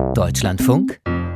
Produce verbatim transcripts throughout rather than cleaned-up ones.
Deutschlandfunk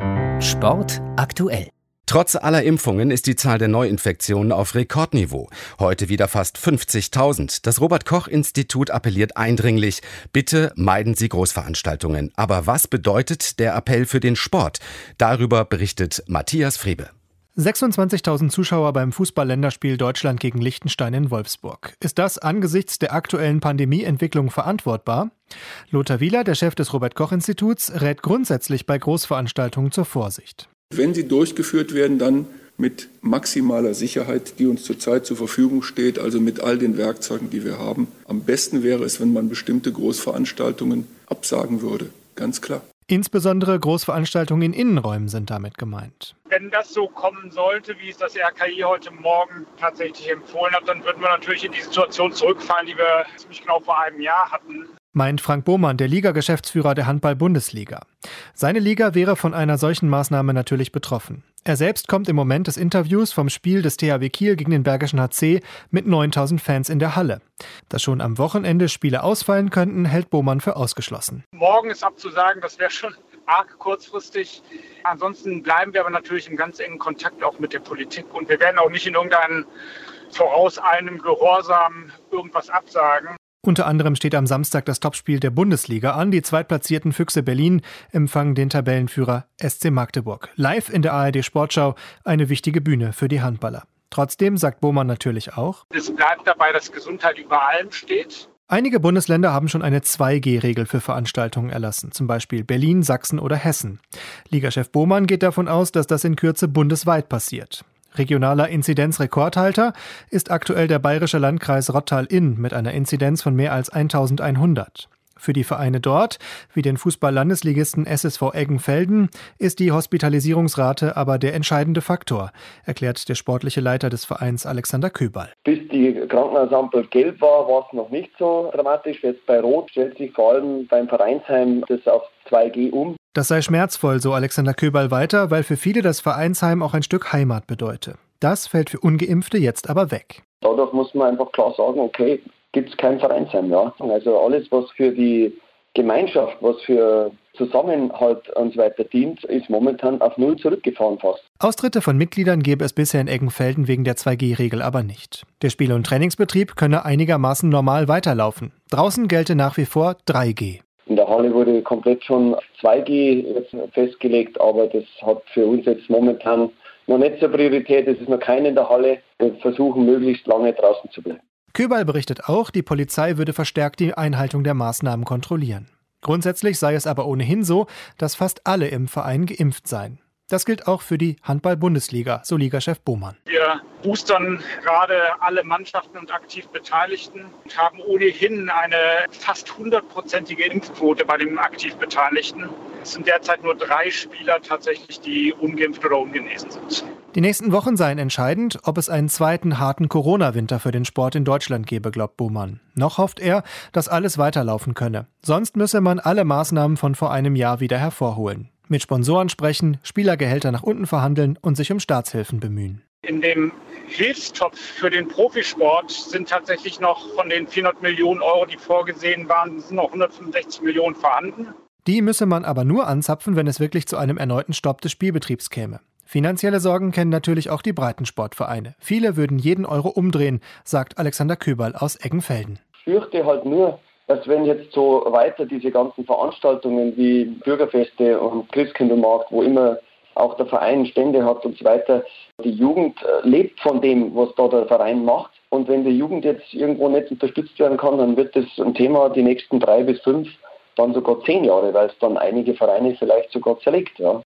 Sport aktuell. Trotz aller Impfungen ist die Zahl der Neuinfektionen auf Rekordniveau. Heute wieder fast fünfzigtausend. Das Robert-Koch-Institut appelliert eindringlich, bitte meiden Sie Großveranstaltungen. Aber was bedeutet der Appell für den Sport? Darüber berichtet Matthias Friebe. sechsundzwanzigtausend Zuschauer beim Fußball-Länderspiel Deutschland gegen Liechtenstein in Wolfsburg. Ist das angesichts der aktuellen Pandemieentwicklung verantwortbar? Lothar Wieler, der Chef des Robert-Koch-Instituts, rät grundsätzlich bei Großveranstaltungen zur Vorsicht. Wenn sie durchgeführt werden, dann mit maximaler Sicherheit, die uns zurzeit zur Verfügung steht, also mit all den Werkzeugen, die wir haben. Am besten wäre es, wenn man bestimmte Großveranstaltungen absagen würde, ganz klar. Insbesondere Großveranstaltungen in Innenräumen sind damit gemeint. Wenn das so kommen sollte, wie es das R K I heute Morgen tatsächlich empfohlen hat, dann würden wir natürlich in die Situation zurückfallen, die wir ziemlich genau vor einem Jahr hatten. Meint Frank Bohmann, der Liga-Geschäftsführer der Handball-Bundesliga. Seine Liga wäre von einer solchen Maßnahme natürlich betroffen. Er selbst kommt im Moment des Interviews vom Spiel des T H W Kiel gegen den Bergischen H C mit neuntausend Fans in der Halle. Dass schon am Wochenende Spiele ausfallen könnten, hält Bohmann für ausgeschlossen. Morgen ist abzusagen, das wäre schon arg kurzfristig. Ansonsten bleiben wir aber natürlich im ganz engen Kontakt auch mit der Politik und wir werden auch nicht in irgendeinem vorauseilendem Gehorsam irgendwas absagen. Unter anderem steht am Samstag das Topspiel der Bundesliga an. Die zweitplatzierten Füchse Berlin empfangen den Tabellenführer S C Magdeburg. Live in der A R D Sportschau eine wichtige Bühne für die Handballer. Trotzdem sagt Bohmann natürlich auch: Es bleibt dabei, dass Gesundheit über allem steht. Einige Bundesländer haben schon eine zwei G Regel für Veranstaltungen erlassen, zum Beispiel Berlin, Sachsen oder Hessen. Ligachef Bohmann geht davon aus, dass das in Kürze bundesweit passiert. Regionaler Inzidenzrekordhalter ist aktuell der bayerische Landkreis Rottal-Inn mit einer Inzidenz von mehr als eintausendeinhundert. Für die Vereine dort, wie den Fußball-Landesligisten S S V Eggenfelden, ist die Hospitalisierungsrate aber der entscheidende Faktor, erklärt der sportliche Leiter des Vereins Alexander Köberl. Bis die Krankenhausampel gelb war, war es noch nicht so dramatisch. Jetzt bei Rot stellt sich vor allem beim Vereinsheim das auf zwei G um. Das sei schmerzvoll, so Alexander Köberl weiter, weil für viele das Vereinsheim auch ein Stück Heimat bedeute. Das fällt für Ungeimpfte jetzt aber weg. Dadurch muss man einfach klar sagen, okay, gibt es kein Vereinsheim. Ja? Also alles, was für die Gemeinschaft, was für Zusammenhalt und so weiter dient, ist momentan auf Null zurückgefahren fast. Austritte von Mitgliedern gäbe es bisher in Eggenfelden wegen der zwei G Regel aber nicht. Der Spiel- und Trainingsbetrieb könne einigermaßen normal weiterlaufen. Draußen gelte nach wie vor drei G. In der Halle wurde komplett schon zwei G festgelegt, aber das hat für uns jetzt momentan noch nicht so Priorität. Es ist noch keiner in der Halle. Wir versuchen, möglichst lange draußen zu bleiben. Köberl berichtet auch, die Polizei würde verstärkt die Einhaltung der Maßnahmen kontrollieren. Grundsätzlich sei es aber ohnehin so, dass fast alle im Verein geimpft seien. Das gilt auch für die Handball-Bundesliga, so Ligachef Bohmann. Wir boostern gerade alle Mannschaften und aktiv Beteiligten und haben ohnehin eine fast hundertprozentige Impfquote bei den aktiv Beteiligten. Es sind derzeit nur drei Spieler tatsächlich, die ungeimpft oder ungenesen sind. Die nächsten Wochen seien entscheidend, ob es einen zweiten harten Corona-Winter für den Sport in Deutschland gebe, glaubt Bohmann. Noch hofft er, dass alles weiterlaufen könne. Sonst müsse man alle Maßnahmen von vor einem Jahr wieder hervorholen. Mit Sponsoren sprechen, Spielergehälter nach unten verhandeln und sich um Staatshilfen bemühen. In dem Hilfstopf für den Profisport sind tatsächlich noch von den vierhundert Millionen Euro, die vorgesehen waren, sind noch hundertfünfundsechzig Millionen vorhanden. Die müsse man aber nur anzapfen, wenn es wirklich zu einem erneuten Stopp des Spielbetriebs käme. Finanzielle Sorgen kennen natürlich auch die Breitensportvereine. Viele würden jeden Euro umdrehen, sagt Alexander Köberl aus Eggenfelden. Ich fürchte halt nur, dass wenn jetzt so weiter diese ganzen Veranstaltungen wie Bürgerfeste und Christkindlmarkt, wo immer auch der Verein Stände hat und so weiter, die Jugend lebt von dem, was da der Verein macht. Und wenn die Jugend jetzt irgendwo nicht unterstützt werden kann, dann wird das ein Thema die nächsten drei bis fünf, dann sogar zehn Jahre, weil es dann einige Vereine vielleicht sogar zerlegt. Ja.